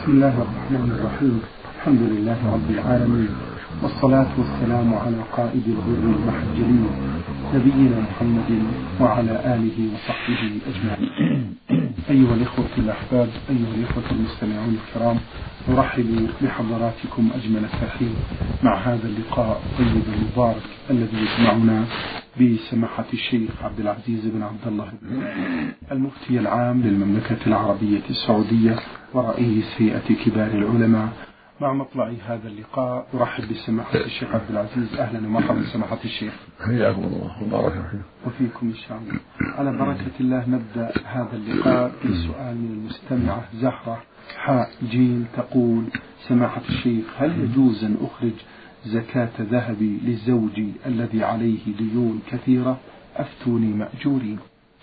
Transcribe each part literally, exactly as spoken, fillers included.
بسم الله الرحمن الرحيم. الحمد لله رب العالمين، والصلاة والسلام على قائد الغر المحجلين نبينا محمد وعلى آله وصحبه أجمعين. أيها الإخوة الأحباب، أيها الإخوة المستمعون الكرام، نرحب بحضراتكم أجمل الترحيب مع هذا اللقاء الطيب المبارك الذي يجمعنا بسماحة الشيخ عبد العزيز بن عبد الله المفتي العام للمملكة العربية السعودية ورئيس هيئة كبار العلماء. مع مطلع هذا اللقاء أرحب بسماحة الشيخ عبد العزيز. أهلا ومرحبا سماحة الشيخ. حياكم الله وبارك فيكم. وفيكم إن شاء الله. على بركة الله نبدأ هذا اللقاء بسؤال من المستمعة زهرة حاء جيم تقول: سماحة الشيخ، هل يجوز أن أخرج زكاة ذهبي لزوجي الذي عليه ديون كثيرة؟ أفتوني مأجورين.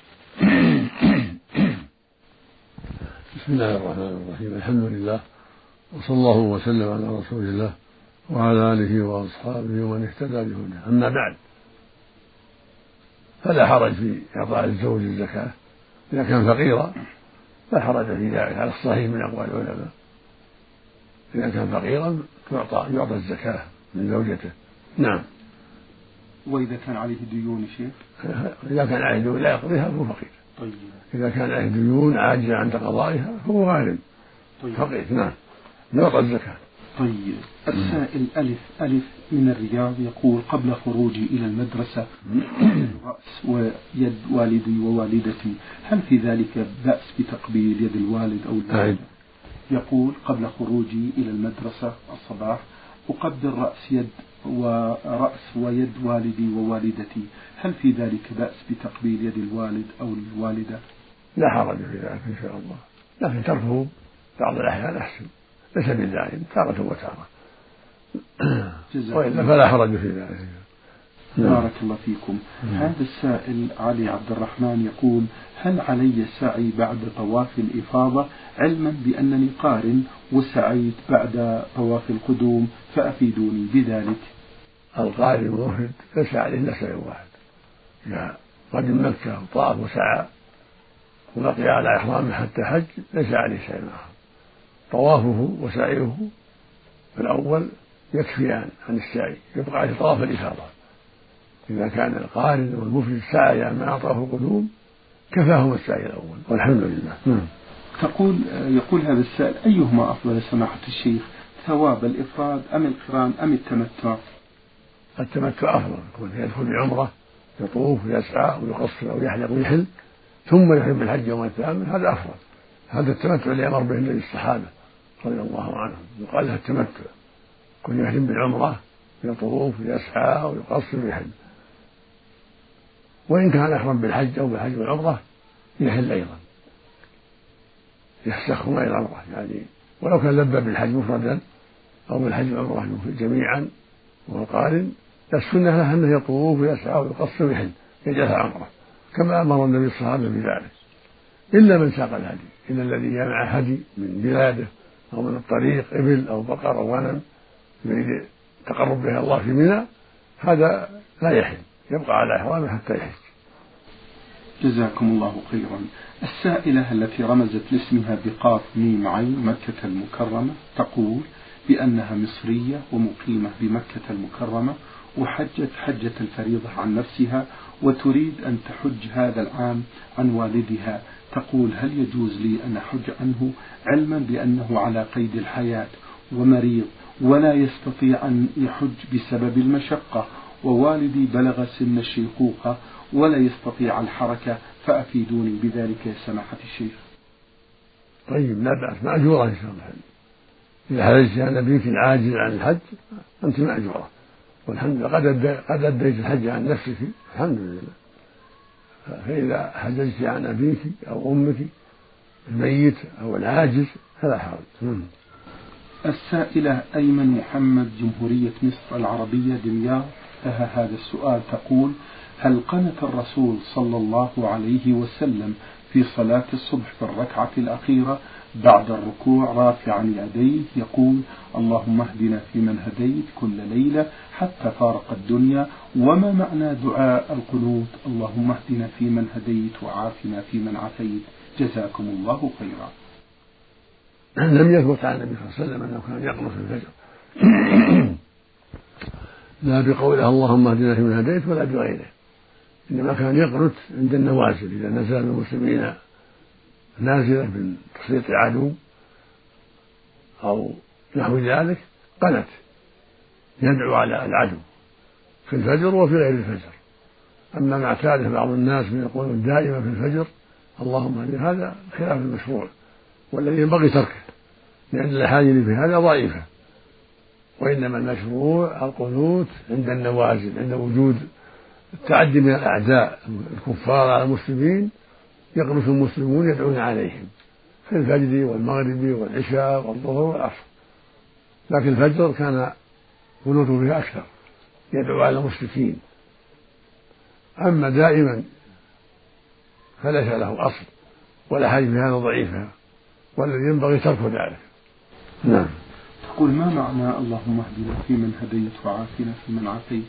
بسم الله الرحمن الرحيم. الحمد لله، وصلى الله وسلم على رسول الله وعلى آله وأصحابه ومن اهتدى بهداه. أما بعد، فلا حرج في إعطاء الزوج الزكاة إذا كان فقيرا، لا حرج في ذلك على الصحيح من أقوال العلماء. إذا كان فقيرا يعطى يعطى الزكاة من زوجته. نعم. وإذا كان عليه ديون شيخ؟ إذا كان عليه ديون لا يقضيها فهو فقير. طيب. إذا كان عليه ديون عاجز عن قضائها فهو غارم. طيب. فقير. نعم، يعطى الزكاة. طيب. السائل ألف ألف من الرياض يقول: قبل خروجي إلى المدرسة رأس ويد والدي ووالدتي، هل في ذلك بأس بتقبيل يد الوالد أو الوالدة؟ يقول: قبل خروجي إلى المدرسة الصباح أقبل رأس يد ورأس ويد والدي ووالدتي، هل في ذلك بأس بتقبيل يد الوالد أو الوالدة؟ لا حرج في ذلك إن شاء الله، لكن تركه بعض الأحيان أحسن، ليس بالدائم، تارة وتارة، وإلا فلا حرج في ذلك. بارك الله فيكم. هذا السائل علي عبد الرحمن يقول: هل علي سعي بعد طواف الإفاضة، علما بأنني قارن وسعيت بعد طواف القدوم، فأفيدوني بذلك. القارن المفرد ليس عليه إلا سعي واحد، إذا قدم مكة وطاف وسعى وبقي على إحرامه حتى حج ليس عليه سعي آخر. طوافه وسعيه في الأول يكفيان عن السعي، يبقى عليه طواف الإفاضة. إذا كان القارن والمفرد سعيا مع طواف القدوم كفاهم السعي الأول، والحمد لله. تقول يقول هذا السائل: أيهما أفضل سماحة الشيخ، ثواب الإفراد أم القران أم التمتع؟ التمتع أفضل، يكون يدخل بعمرة يطوف ويسعى ويقصر أو يحلق ويحل ثم يحرم الحج يوم الثامن، هذا أفضل. هذا التمتع اللي أمر به النبي الصحابة رضي الله عنهم، يقال له التمتع، يكون يحرم بالعمرة يطوف ويسعى ويقصر ويحل. وإن كان أحرم بالحج أو بالحج والعمرة يحل أيضا، يفسخهما إلى العمرة، يعني ولو كان لبى بالحج مفردا أو بالحج والعمرة جميعا وهو قارن، السنة له أنه يطوف ويسعى ويقصر ويحل يجعلها عمرة كما أمر النبي الصحابة بذلك، إلا من ساق الهدي، إلا الذي يمنع هدي من بلاده أو من الطريق إبل أو بقر أو غنم يريد تقرب به الله في منى، هذا لا يحل، يبقى على إحرامه حتى يحج. جزاكم الله خيرا. السائلة التي رمزت لاسمها بقاف ميم عين مكة المكرمة تقول بأنها مصرية ومقيمة بمكة المكرمة، وحجت حجة الفريضة عن نفسها وتريد أن تحج هذا العام عن والدها. تقول: هل يجوز لي أن أحج عنه، علما بأنه على قيد الحياة ومريض ولا يستطيع أن يحج بسبب المشقة، ووالدي بلغ سن الشيخوخة ولا يستطيع الحركة، فأفيدوني بذلك يا سماحة الشيخ. طيب، لا بأس، مأجورة إن شاء الله. إذا حججت عن أبيك العاجز عن الحج أنت مأجورة، والحمد لله قد أديت الحج عن نفسك، الحمد لله. فإذا حججت عن أبيك أو أمك الميت أو العاجز فلا حرج. السائلة أيمن محمد جمهورية مصر العربية دمياط لها هذا السؤال، تقول: هل قنت الرسول صلى الله عليه وسلم في صلاة الصبح في الركعة الأخيرة بعد الركوع رافعا يديه يقول: اللهم اهدنا فيمن هديت كل ليلة حتى فارق الدنيا، وما معنى دعاء القنوت اللهم اهدنا فيمن هديت وعافنا فيمن عافيت؟ جزاكم الله خيرا. لم يثبت عن النبي صلى الله عليه وسلم أنه كان يقنط في الفجر لا بقولها اللهم اهدنا فيمن هديت ولا بغيره، إنما كان يقنط عند النوازل إذا نزل المسلمين نازلة من تسليط عدو أو نحو ذلك قنت يدعو على العدو في الفجر وفي غير الفجر. أما ما اعتاده بعض الناس من يقولون دائما في الفجر اللهم اهدنا هذا خلاف المشروع والذي ينبغي تركه، لأن الأحاديث في هذا ضعيفة، وإنما المشروع القنوت عند النوازل، عند وجود التعدي من الأعداء الكفار على المسلمين يقنط المسلمون يدعون عليهم في الفجر والمغرب والعشاء والظهر والعصر، لكن الفجر كان قنوته فيها أكثر يدعو على المشركين. أما دائما فليس له أصل ولا حاجة في هذا ضعيفة، والذي ينبغي ترك ذلك. نعم. تقول ما معنى اللهم اهدنا فيمن هديت وعافنا فيمن عافيت؟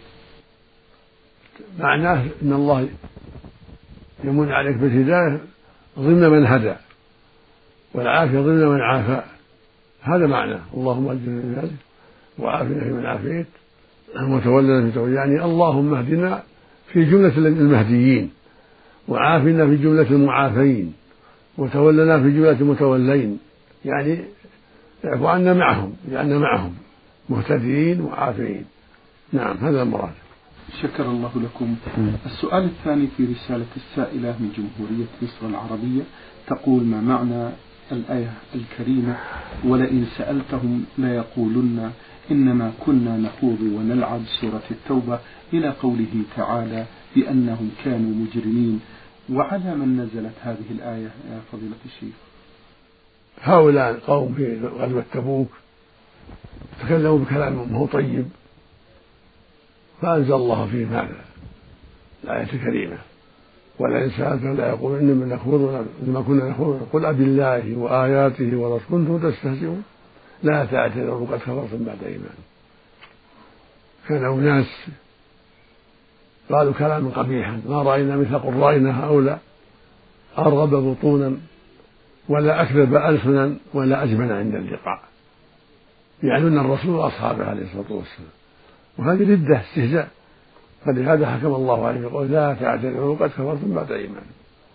معناه أن الله يمن عليك بالهداية ضمن من هدى والعافية ضمن من عافى، هذا معنى اللهم اهدنا فيمن هديت وعافنا فيمن عافيت وتولنا في توليت، يعني اللهم اهدنا في جملة المهديين وعافنا في جملة المعافين وتولنا في جملة المتولين، يعني اعفو عنا معهم لأننا معهم مهتدين وعافين. نعم هذا المراد. شكر الله لكم. السؤال الثاني في رسالة السائلة من جمهورية مصر العربية، تقول ما معنى الآية الكريمة ولئن سألتهم ليقولن إنما كنا نخوض ونلعب، سورة التوبة، إلى قوله تعالى بأنهم كانوا مجرمين، وعلى من نزلت هذه الآية يا فضيلة الشيخ؟ هؤلاء قوم في غزوة تبوك تكلموا بكلام مو طيب فأنزل الله فيهم هذا الآية الكريمة ولئن سألتهم لا يقولون إنما نخوض إنما كنا نخوض قل أبالله وآياته ورسوله كنتم تستهزئون لا تعتذروا قد كفرتم بعد إيمان. كان أناس قالوا كلاما قبيحا ما رأينا مثل قرائنا هؤلاء أرغب بطونا ولا أكذب ألسنا ولا أجبن عند اللقاء، يعنون الرسول وأصحابه عليه الصلاة والسلام، وهذه ردة استهزاء، فلهذا حكم الله عليه وقال لا تعتذروا قد كفرتم بعد إيمان.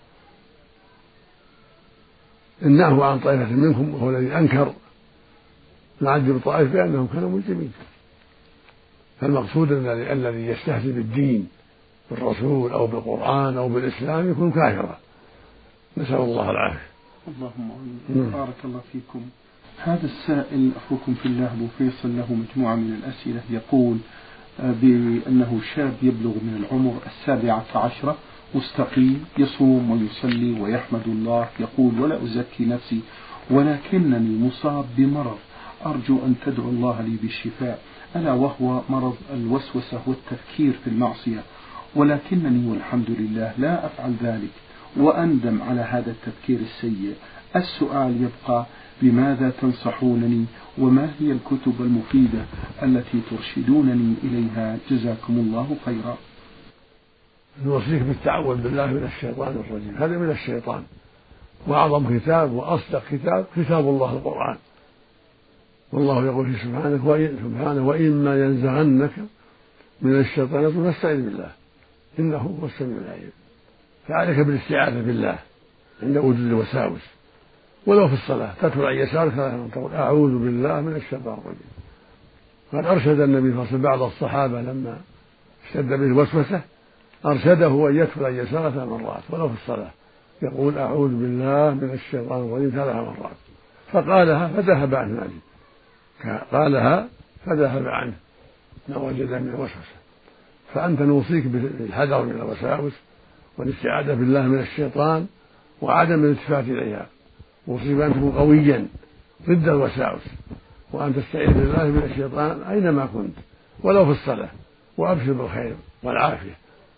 إنه عن طائفة منكم وهو الذي أنكر نعذب طائفة بأنهم كانوا مجرمين، فالمقصود أن الذي يستهزئ بالدين بالرسول أو بالقرآن أو بالإسلام يكون كافرا، نسأل الله العافية. اللهم آمين. بارك الله فيكم. هذا السائل أخوكم في الله أبو فيصل له مجموعة من الأسئلة، يقول بأنه شاب يبلغ من العمر السابعة عشرة، مستقيم، يصوم ويصلي ويحمد الله، يقول ولا أزكي نفسي ولكنني مصاب بمرض أرجو أن تدعو الله لي بالشفاء، ألا وهو مرض الوسوسة والتفكير في المعصية، ولكنني والحمد لله لا أفعل ذلك وأندم على هذا التفكير السيء. السؤال يبقى بماذا تنصحونني وما هي الكتب المفيدة التي ترشدونني إليها؟ جزاكم الله خيرا. نوصيك بالتعوذ بالله من الشيطان الرجيم، هذا من الشيطان، وأعظم كتاب وأصدق كتاب كتاب الله القرآن، والله يقول فيه سبحانه وإن سبحانه وإما ينزغنك من الشيطان فاستعذ بالله إنه هو السميع العليم. فعليك بالاستعاذة بالله عند وجود الوساوس، ولو في الصلاة تتلو عن يسارك تقول أعوذ بالله من الشيطان الرجيم. قد أرشد النبي صلى الله عليه وسلم بعض الصحابة لما اشتد به الوسوسة أرشده أن يتلو عن يساره ثلاث مرات ولو في الصلاة، يقول أعوذ بالله من الشيطان الرجيم ثلاث مرات، فقالها فذهب عنه العجب، قالها فذهب عنه ما وجد من الوسوسة. فأنت نوصيك بالحذر من الوساوس والاستعاذة بالله من الشيطان وعدم الالتفات إليها، وصيب أن تكون قويا ضد الوساوس وأن تستعيذ بالله من الشيطان أينما كنت ولو في الصلاة، وأبشر بالخير والعافية.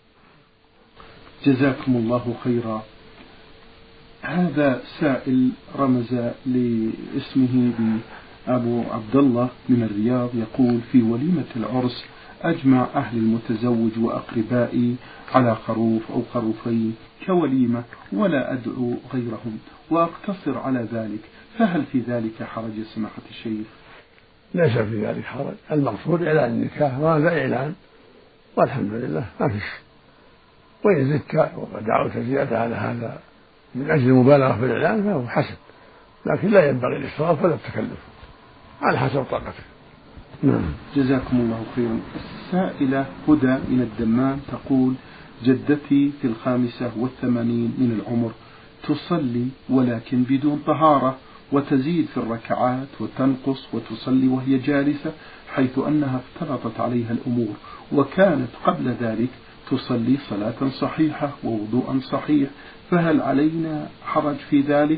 جزاكم الله خيرا. هذا سائل رمز لاسمه بأبو عبد الله من الرياض، يقول في وليمة العرس أجمع أهل المتزوج وأقربائي على خروف أو خروفين كوليمة ولا أدعو غيرهم وأقتصر على ذلك، فهل في ذلك حرج يا سماحة الشيخ؟ ليس في ذلك حرج، المقصود إعلان النكاح وهذا إعلان والحمد لله ما فيش. وإن زدت ودعوت زيادة على هذا من أجل المبالغة في الإعلان فهو حسن، لكن لا ينبغي الإسراف ولا التكلف، على حسب طاقته. نعم. جزاكم الله خيرا. السائلة هدى من الدمام تقول: جدتي في الخامسة والثمانين من العمر تصلي ولكن بدون طهارة، وتزيد في الركعات وتنقص وتصلي وهي جالسة، حيث أنها اختلطت عليها الأمور، وكانت قبل ذلك تصلي صلاة صحيحة ووضوءا صحيح، فهل علينا حرج في ذلك؟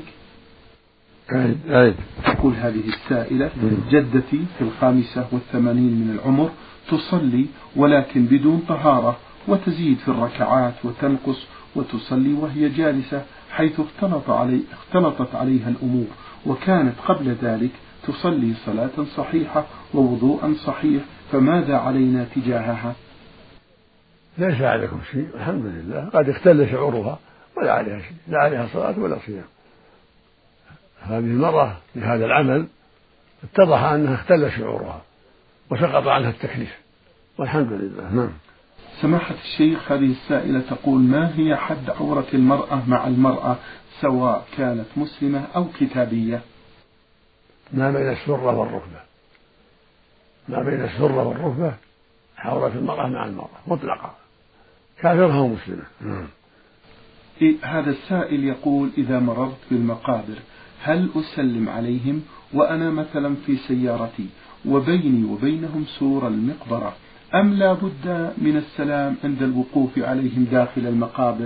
تقول هذه السائلة: جدتي في الخامسة والثمانين من العمر تصلي ولكن بدون طهارة، وتزيد في الركعات وتنقص وتصلي وهي جالسة، حيث اختلط علي اختلطت عليها الأمور، وكانت قبل ذلك تصلي صلاة صحيحة ووضوءا صحيح، فماذا علينا تجاهها؟ ليس عليكم شيء الحمد لله، قد اختل شعورها ولا عليها شيء، لا عليها صلاة ولا صيام. هذه المرأة بهذا العمل اتضح أنها اختل شعورها وسقط عنها التكليف والحمد لله. نعم. سماحة الشيخ، هذه السائلة تقول: ما هي حد عورة المرأة مع المرأة سواء كانت مسلمة أو كتابية؟ ما بين السرة والركبة، ما بين السرة والركبة عورة المرأة مع المرأة مطلقة، كافرة ومسلمة. نعم. هذا السائل يقول: إذا مررت بالمقابر هل أسلم عليهم وأنا مثلا في سيارتي وبيني وبينهم سور المقبرة، أم لا بد من السلام عند الوقوف عليهم داخل المقابر؟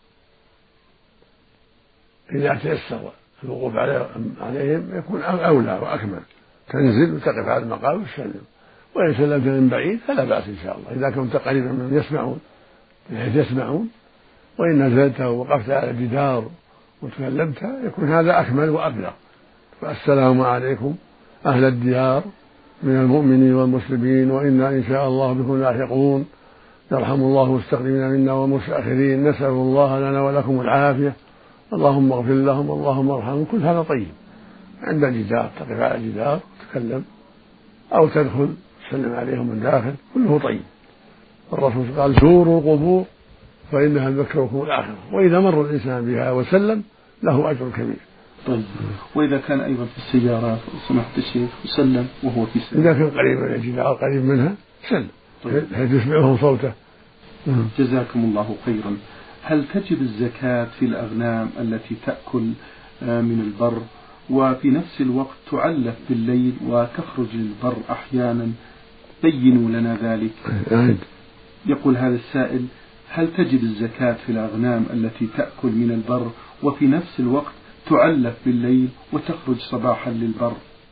إذا تيسر الوقوف عليهم يكون أولى وأكمل، تنزل وتقف على المقابر وتسلم، وإن سلمت من بعيد فلا بأس إن شاء الله، إذا كنت قريبا من يسمعون بحيث يسمعون، وإن نزلت ووقفت على الجدار وتكلمت يكون هذا أكمل وأبلغ. فالسلام عليكم أهل الديار من المؤمنين والمسلمين، وإنا إن شاء الله بكم لاحقون، يرحم الله المستقدمين منا والمستأخرين، نسأل الله لنا ولكم العافية، اللهم اغفر لهم اللهم ارحمهم. كل هذا طيب عند الجدار، تقف على الجدار تتكلم أو تدخل تسلم عليهم من داخل، كله طيب. الرسول قال: زوروا القبور فإنها تذكركم الآخرة، وإذا مر الإنسان بها وسلم له أجر كبير. طيب. وإذا كان أيضا في السيارات سمحت الشيخ وسلم وهو في السيارة، إذا كان قريب من الجدار قريب منها سلم حيث يسمعهم صوته. جزاكم الله خيرا. هل تجب الزكاة في الأغنام التي تأكل من البر وفي نفس الوقت تعلف بالليل وتخرج للبر أحيانا؟ بينوا لنا ذلك. يقول هذا السائل: هل تجب الزكاة في الأغنام التي تأكل من البر وفي نفس الوقت تعلف بالليل وتخرج صباحا للبر؟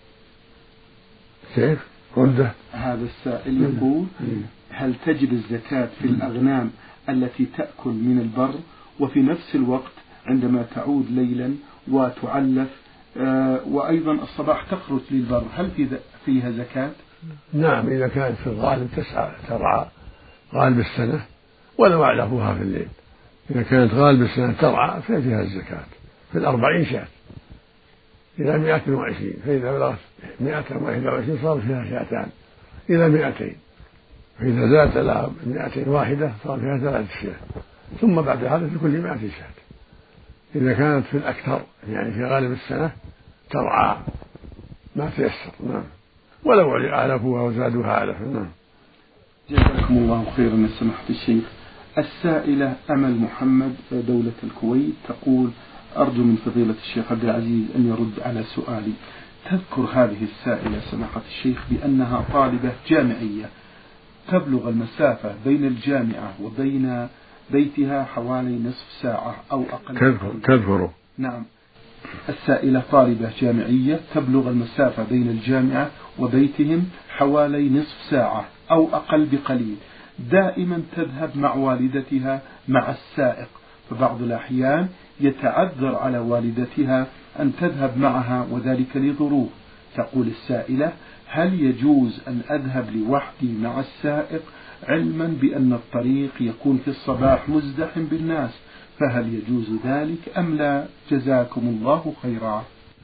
كيف؟ رده. هذا السائل يقول: هل تجب الزكاة في الأغنام التي تأكل من البر وفي نفس الوقت عندما تعود ليلا وتعلف آه وأيضا الصباح تخرج للبر، هل في فيها زكاة؟ نعم، إذا كانت في الغالب تسعى ترعى غالب السنة ولو أعلفوها في الليل، إذا كانت غالب السنة ترعى فيها الزكاة في الأربعين شاة إلى مائة وعشرين، فإذا بلغت مائة وواحد وعشرين صار فيها شاتان إلى مائتين، فإذا زادت إلى مائتين واحدة صار فيها ثلاث شاة، ثم بعد هذا في كل مائة شاة. إذا كانت في الأكثر يعني في غالب السنة ترعى ما تيسر. نعم، ولو أعلفوها وزادوها علفا. نعم. جزاكم الله خيرا يا سماحة الشيخ. السائلة أمل محمد دولة الكويت تقول: أرجو من فضيلة الشيخ عبد العزيز أن يرد على سؤالي. تذكر هذه السائلة سماحة الشيخ بأنها طالبة جامعية تبلغ المسافة بين الجامعة وبين بيتها حوالي نصف ساعة أو أقل. تذكر تذكر نعم. السائلة طالبة جامعية تبلغ المسافة بين الجامعة وبيتهم حوالي نصف ساعة أو أقل بقليل، دائما تذهب مع والدتها مع السائق، فبعض الأحيان يتعذر على والدتها أن تذهب معها وذلك لظروف. تقول السائلة: هل يجوز أن أذهب لوحدي مع السائق علما بأن الطريق يكون في الصباح مزدحم بالناس، فهل يجوز ذلك أم لا؟ جزاكم الله خيرا.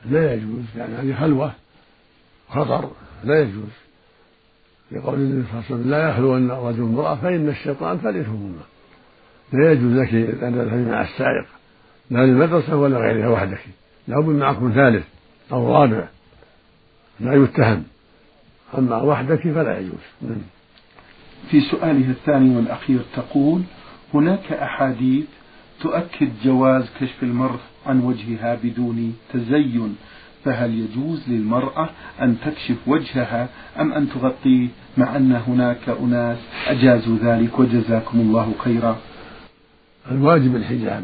لا يجوز، يعني هذه خلوة خطر لا يجوز، لقول النبي صلى الله عليه وسلم لا يخلون رجل امرأة فإن الشيطان ثالثهما. لا يجوز لك أن تذهبي مع السائق لا للمدرسة ولا غيرها وحدك، لابد معكم ثالث أو رابع لا يتهم، أما وحدك فلا يجوز. في سؤالها الثاني والأخير تقول: هناك أحاديث تؤكد جواز كشف المرأة عن وجهها بدون تزين، فهل يجوز للمرأة أن تكشف وجهها أم أن تغطيه، مع أن هناك أناس أجازوا ذلك وجزاكم الله خيرا؟ الواجب الحجاب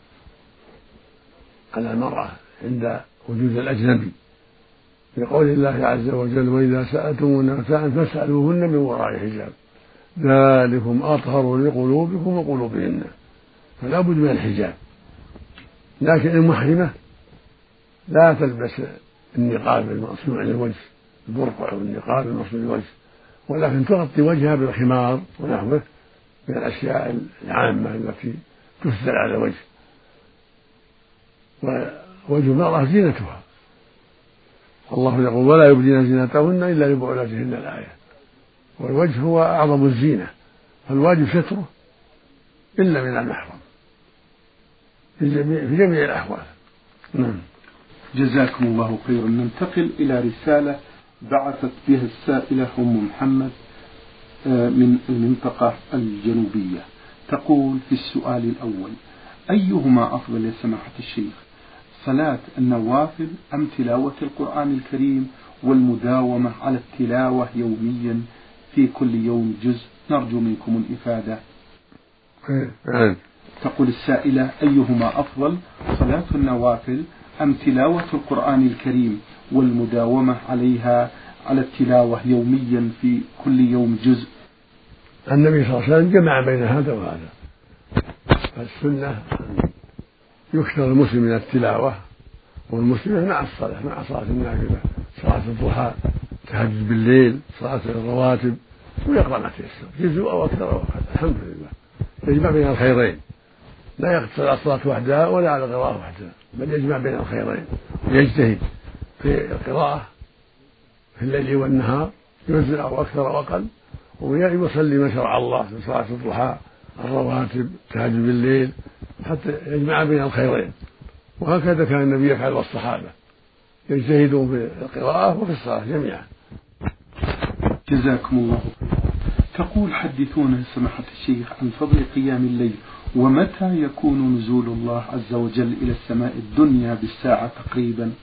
على المرأة عند وجود الأجنبي، لقول الله عز وجل: وإذا سألتموهن متاعا فاسألوهن من وراء حجاب ذلكم أطهر لقلوبكم وقلوبهن، فلا بد من الحجاب. لكن المحرمة لا تلبس النقاب المصنوع للوجه، البرقع والنقاب المصنوع للوجه، ولكن تغطي وجهها بالخمار ونحوه من الأشياء العامة التي تستر على الوجه. ووجه المرأة زينتها، الله يقول: ولا يبدين زينتهن إلا لبعولتهن الآية. والوجه هو أعظم الزينة، فالواجب ستره إلا من المحرم في جميع, في جميع الأحوال. نعم. جزاكم الله خيرا. ننتقل إلى رسالة بعثت بها السائلة أم محمد من المنطقة الجنوبية، تقول في السؤال الأول: أيهما أفضل يا سماحة الشيخ، صلاة النوافل أم تلاوة القرآن الكريم والمداومة على التلاوة يوميا في كل يوم جزء؟ نرجو منكم الإفادة. تقول السائلة: أيهما أفضل، صلاة النوافل أم تلاوة القرآن الكريم والمداومة عليها على التلاوة يوميا في كل يوم جزء؟ النبي صلى الله عليه وسلم جمع بين هذا وهذا، فالسنة أن يكثر المسلم من التلاوة والمسلمة مع الصلاة، مع صلاة النافلة، صلاة الضحى، تهجد بالليل، صلاة الرواتب، ويقرأ ما تيسر جزء أو أكثر أو أقل. الحمد لله يجمع بين الخيرين، لا يقتصر على الصلاة وحدها ولا على القراءة وحدها، بل يجمع بين الخيرين ويجتهد في القراءة في الليل والنهار جزء أو أكثر أو أقل، ويصلي ما شرع الله من صلاة الضحى، الرواتب، تهجد بالليل، حتى يجمع بين الخيرين. وهكذا كان النبي يفعل والصحابة يجتهدون في القراءة وفي الصلاة جميعا. جزاكم الله. تقول: حدثونا سماحة الشيخ عن فضل قيام الليل، ومتى يكون نزول الله عز وجل إلى السماء الدنيا بالساعة تقريبا؟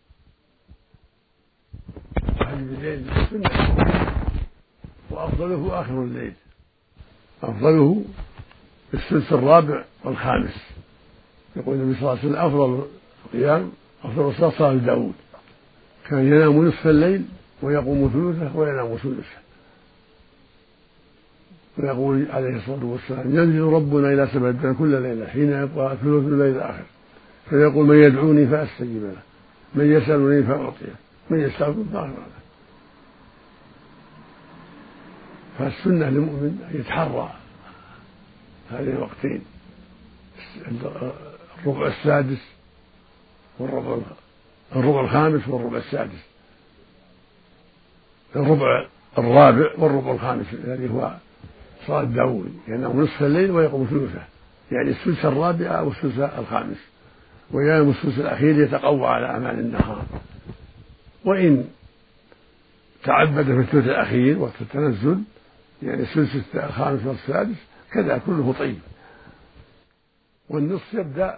الليل سنة، وأفضله آخر الليل، أفضله الثلث الرابع والخامس. يقول النبي صلى الله عليه وسلم: أفضل القيام أفضل الصلاة صلاة داود، كان ينام نصف الليل ويقوم ثلثه وينام ثلثه. ويقول عليه الصلاة والسلام: ينزل ربنا إلى سبع الدنيا كل ليلة حين يبقى ثلث الليل الآخر، فيقول: من يدعوني فأستجيب له، من يسألني فأعطيه، من يستغفر فأغفر له. فالسنة للمؤمن أن يتحرى هذه الوقتين، الربع السادس والربع الربع الخامس والربع السادس، الربع الرابع والربع الخامس الذي هو صلاة داود، ينام نصف الليل ويقوم ثلثه، يعني الثلث الرابع أو الثلث الخامس، وينام الثلث الأخير يتقوى على أعمال النهار. وإن تعبد في الثلث الأخير وقت التنزل، يعني الثلث الخامس والسادس، كذا كله طيب. والنصف يبدأ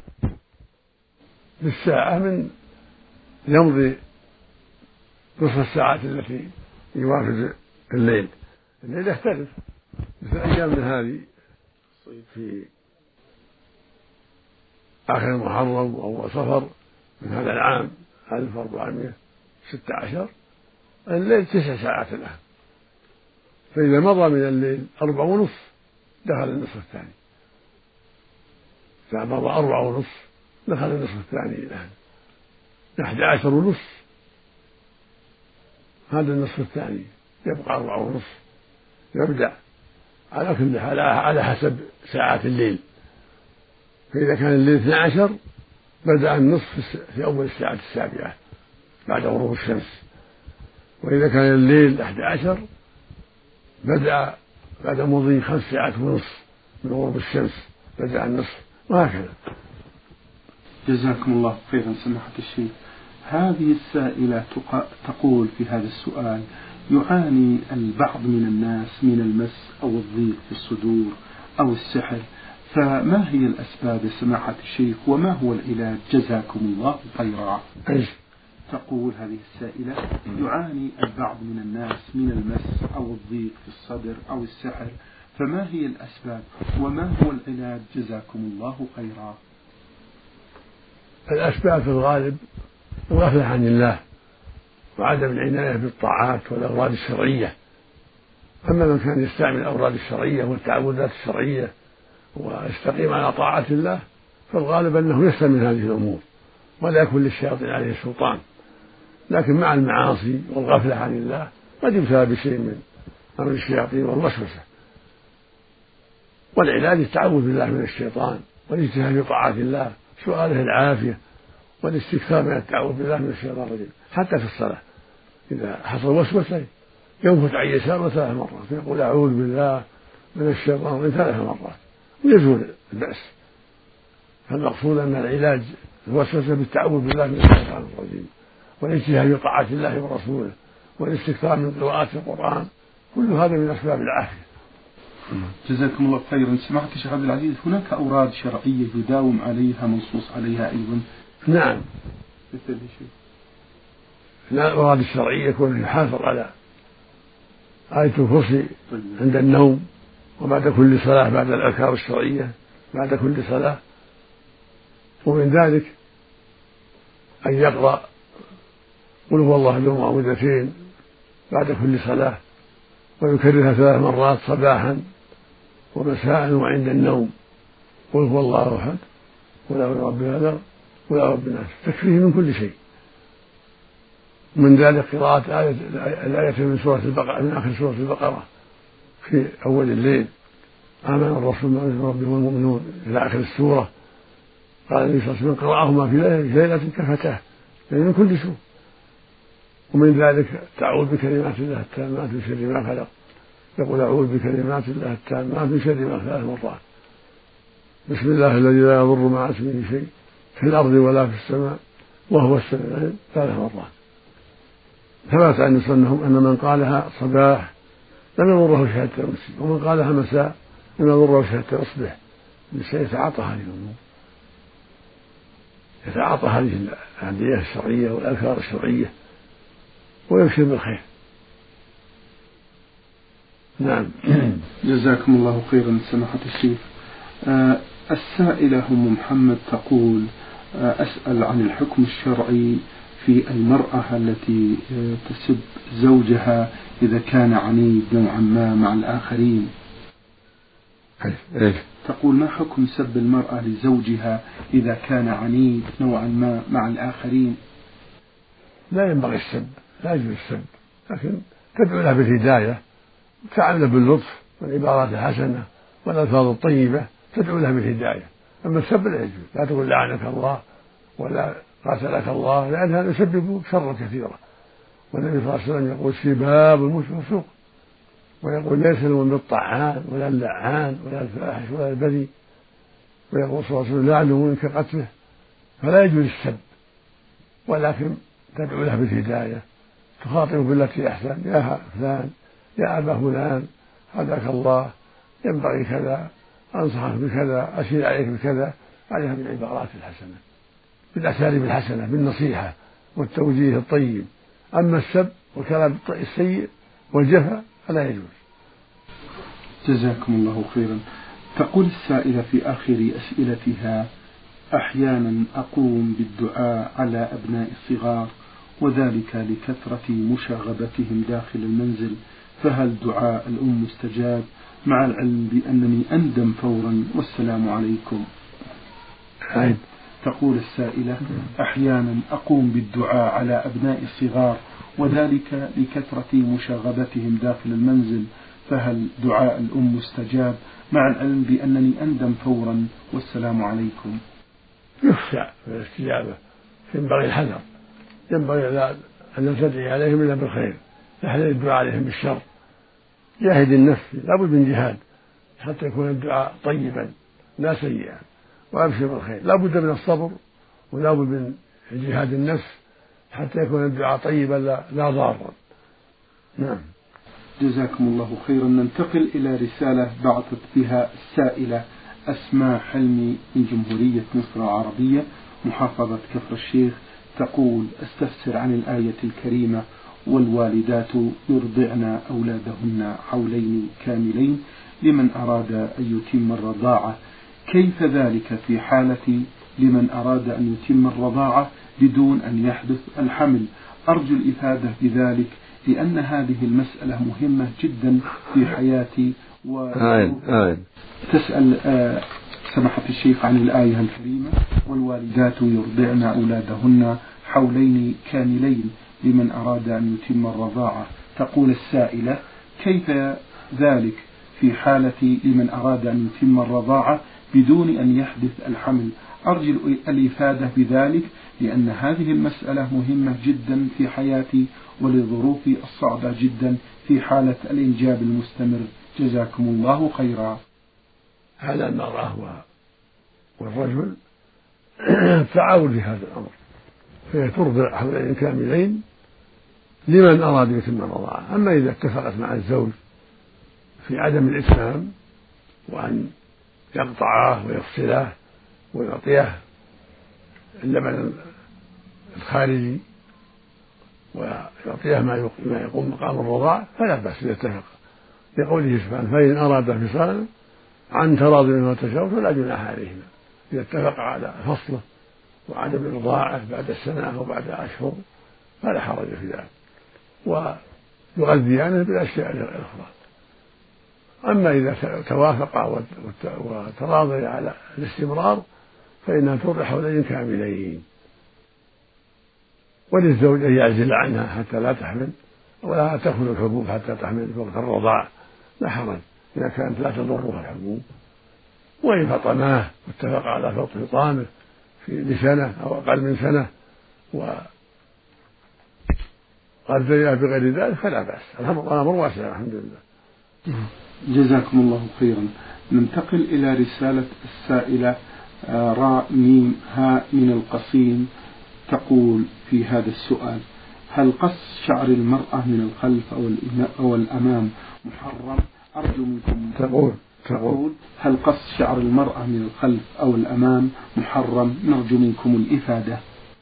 بالساعة من يمضي نصف الساعات التي يوافق الليل. الليل يختلف، مثل أيام من هذه في آخر محرم وأول صفر من هذا العام ألف وأربعمائة وستة عشر، الليل تسع ساعات الآن، فإذا مضى من الليل أربع ونصف دخل النصف الثاني، إذا مضى أربع ونصف دخل النصف الثاني الآن، أحد عشر ونصف هذا النصف الثاني، يبقى أربع ونصف، يبدأ على كل حال على حسب ساعات الليل. فإذا كان الليل اثنى عشر بدأ النصف في أول الساعة السابعة بعد غروب الشمس، وإذا كان الليل أحد عشر بدأ بعد مضي خمس ساعات ونصف من غروب الشمس بدأ النصف، وهكذا. جزاكم الله خيرا سماحة الشيخ. هذه السائلة تقول في هذا السؤال: يعاني البعض من الناس من المس أو الضيق في الصدور أو السحر، فما هي الأسباب يا سماحة الشيخ وما هو العلاج جزاكم الله خيرا؟ تقول هذه السائلة: يعاني البعض من الناس من المس أو الضيق في الصدر أو السحر، فما هي الأسباب وما هو العلاج جزاكم الله خيرا؟ الأسباب في الغالب الغفلة عن الله وعدم العناية بالطاعات والأوراد الشرعية. أما من كان يستعمل الأوراد الشرعية والتعوذات الشرعية ويستقيم على طاعة الله فالغالب أنه يسلم من هذه الأمور ولا يكون للشياطين عليه سلطان. لكن مع المعاصي والغفلة عن الله قد يبتلى بشيء من أمر الشياطين والوسوسة، والعلاج التعوذ بالله من الشيطان والاجتهاد في طاعة الله، سؤاله العافية والاستكثار من التعوذ بالله من الشيطان الرجيم. حتى في الصلاة إذا حصل وسوسة ينفث عن يساره ثلاث مرات يقول أعوذ بالله من الشيطان الرجيم ثلاث مرات ويزول البأس. فالمقصود أن العلاج الوسوسة بالتعوذ بالله من الشيطان الرجيم والاجتهاد في طاعة الله ورسوله والاستكثار من قراءة القرآن، كل هذا من أسباب العافية. جزاكم الله خيرا. سمعت الشيخ عبد العزيز هناك أوراد شرعية يداوم عليها منصوص عليها أيضا؟ نعم، مثل شيء الأوراد الشرعية يكون يحافظ على آية الكرسي عند النوم وبعد كل صلاة بعد الأذكار الشرعية بعد كل صلاة، ومن ذلك أن يقرأ قل هو الله ذو معوذتين بعد كل صلاة ويكررها ثلاث مرات صباحا ومساء وعند النوم. قل هو الله أحد قل أعوذ برب الفلق قل أعوذ برب الناس، تكفيه من كل شيء. من ذلك قراءة آية الآية من سورة البقرة من آخر سورة البقرة في أول الليل: آمن الرسول بما أنزل ربه والمؤمنون إلى آخر السورة. قال النبي صلى الله عليه وسلم: قرأهما في ليلة كفتاه يعني من كل سوء. ومن ذلك تعوذ بكلمات الله التامات من شر ما خلق، يقول أعوذ بكلمات الله التامات من شر ما خلق ثلاث مرات. بسم الله الذي لا يضر مع اسمه شيء في الأرض ولا في السماء وهو السميع العليم ثلاث مرات. ثبت عن سنهم أن من قالها صباح لم يضره شيء حتى يمسي، ومن قالها مساء لم يضره شيء حتى يصبح. الإنسان يتعاطى هذه الأمور، يتعاطى هذه الأدعية الشرعية والأذكار الشرعية ويبشر بالخير. نعم. جزاكم الله خيرا سماحة الشيخ. آه السائلة أم محمد تقول: آه أسأل عن الحكم الشرعي في المرأة التي آه تسب زوجها إذا كان عنيد نوعا ما مع الآخرين. تقول: ما حكم سب المرأة لزوجها إذا كان عنيد نوعا ما مع الآخرين؟ لا ينبغي السب، لا يجوز السب، لكن تدعو له بالهداية وتعامل باللطف والعبارات الحسنة والألفاظ الطيبة، تدعو له بالهداية. أما السب لا يجوز، لا تقول لعنك الله ولا قاتلك الله، لأن هذا يسبب شرا كثيرا. والنبي صلى الله عليه وسلم يقول: سباب المسلم فسوق، ويقول: ليس المؤمن بالطعان ولا اللعان ولا الفاحش ولا البذيء، ويقول صلى الله عليه وسلم: لعن المؤمن كقتله. فلا يجوز السب، ولكن تدعو له بالهداية، تخاطب بالتي أحسن: يا فلان، يا أبا فلان، هداك الله، ينبغي كذا، أنصحك بكذا، أشير عليك بكذا، عليها بالعبارات الحسنة بالأساليب الحسنة بالنصيحة والتوجيه الطيب. أما السب والكلام السيء والجفا فلا يجوز. جزاكم الله خيرا. تقول السائلة في آخر أسئلتها: أحيانا أقوم بالدعاء على أبناء الصغار وذلك لكثرة مشاغبتهم داخل المنزل، فهل دعاء الأم مستجاب مع العلم بأنني أندم فورا والسلام عليكم؟ عيب. تقول السائلة: أحيانا أقوم بالدعاء على أبناء الصغار وذلك لكثرة مشاغبتهم داخل المنزل، فهل دعاء الأم مستجاب مع العلم بأنني أندم فورا والسلام عليكم؟ يخشى من الاستجابة، ينبغي الحذر، ينبغي أن لا تدعي عليهم إلا بالخير، تحذر الدعاء عليهم بالشر. جاهد النفس، لابد من جهاد حتى يكون الدعاء طيبا لا سيئا، وأبشر بالخير. لابد من الصبر ولابد من جهاد النفس حتى يكون الدعاء طيبا لا, لا ضارا. نعم. جزاكم الله خيرا. ننتقل إلى رسالة بعثت بها السائلة أسماء حلمي من جمهورية مصر العربية محافظة كفر الشيخ، تقول: استفسر عن الآية الكريمة: والوالدات يرضعن أولادهن حولين كاملين لمن أراد أن يتم الرضاعة، كيف ذلك في حالة لمن أراد أن يتم الرضاعة بدون أن يحدث الحمل؟ أرجو الإفادة بذلك لأن هذه المسألة مهمة جدا في حياتي. و... تسأل آه سماحة الشيخ عن الآية الكريمة: والوالدات يرضعن أولادهن حولين كاملين لمن أراد أن يتم الرضاعة. تقول السائلة: كيف ذلك في حالة لمن أراد أن يتم الرضاعة بدون أن يحدث الحمل؟ أرجو الإفادة بذلك لأن هذه المسألة مهمة جدا في حياتي ولظروفي الصعبة جدا في حالة الإنجاب المستمر. جزاكم الله خيرا. هذا المرأة والرجل تعاون في هذا الأمر، فهي ترضع حولين كاملين لمن أراد يتم الرضاعة. أما إذا اتفقت مع الزوج في عدم الإتمام وأن يقطعه ويفصله ويعطيه اللبن الخارجي ويعطيه ما يقوم مقام الرضاع فلا بأس إذا اتفق، لقوله سبحانه: فإن أراد فصالا عن تراض منهما وتشاور فلا جناح عليهما. إذا اتفق على فصله وعدم الرضاعة بعد السنة أو بعد أشهر فلا حرج في ذلك، ويغذيانه بالأشياء الأخرى. أما إذا توافقا وتراضيا على الاستمرار فإنها ترضع حولين كاملين، وللزوج أن يعزل عنها حتى لا تحمل ولا تأخذ الحبوب حتى تحمل في وقت الرضاع، لا حرج إذا كانت لا تضرها الحبوب. وإن فطماه واتفق على فط فطامه في لسنة أو أقل من سنة وغذيها بغير ذلك فلا بأس، الأمر واسع الحمد لله. جزاكم الله خيرا. ننتقل إلى رسالة السائلة راء ميم هاء من القصيم، تقول في هذا السؤال: هل قص شعر المرأة من الخلف أو الأمام محرم؟ أرجو منكم. تقول تقول هل قص شعر المرأة من الخلف أو الأمام محرم؟ نرجو منكم الإفادة.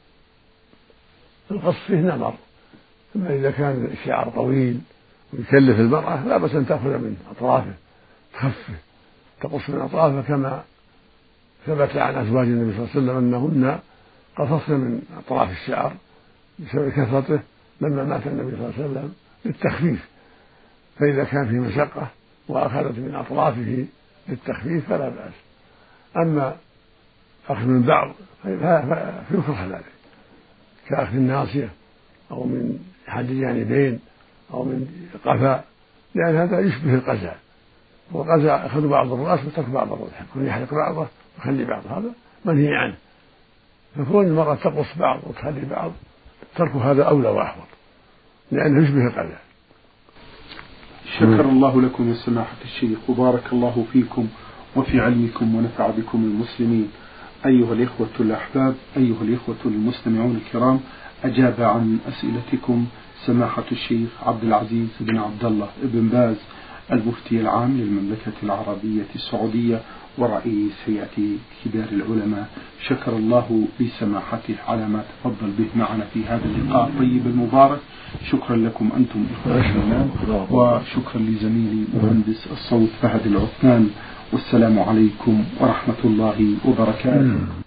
القص فيه نظر، أما إذا كان الشعر طويل ويكلف المرأة لا بأس أن تأخذ من أطرافه تخفه، تقص من أطرافه كما ثبت عن أزواج النبي صلى الله عليه وسلم أنهن قصصن من أطراف الشعر بسبب كثرته لما مات النبي صلى الله عليه وسلم للتخفيف، فإذا كان في مشقة وأخذت من أطرافه للتخفيف فلا بأس. أما أخذ من بعض فيكره ذلك كأخذ الناصية أو من أحد الجانبين أو من قفا، لأن هذا يشبه القزع، والقزع أخذ بعض الرأس وترك بعض الرأس، يكون يحلق بعضه ويخلي بعض، هذا منهي عنه. فكون المرأة تقص بعض وتخلي بعض ترك هذا أولى وأحوط لأنه يشبه القزع. شكر الله لكم يا سماحة الشيخ وبارك الله فيكم وفي علمكم ونفع بكم المسلمين. أيها الإخوة الأحباب، أيها الإخوة المستمعون الكرام، أجاب عن أسئلتكم سماحة الشيخ عبد العزيز بن عبد الله بن باز المفتي العام للمملكة العربية السعودية ورئيس هيئة كبار العلماء. شكر الله لسماحته على ما تفضل به معنا في هذا اللقاء الطيب المبارك. شكرا لكم أنتم إخوة الإسلام، وشكرا لزميلي مهندس الصوت فهد العثمان، والسلام عليكم ورحمة الله وبركاته.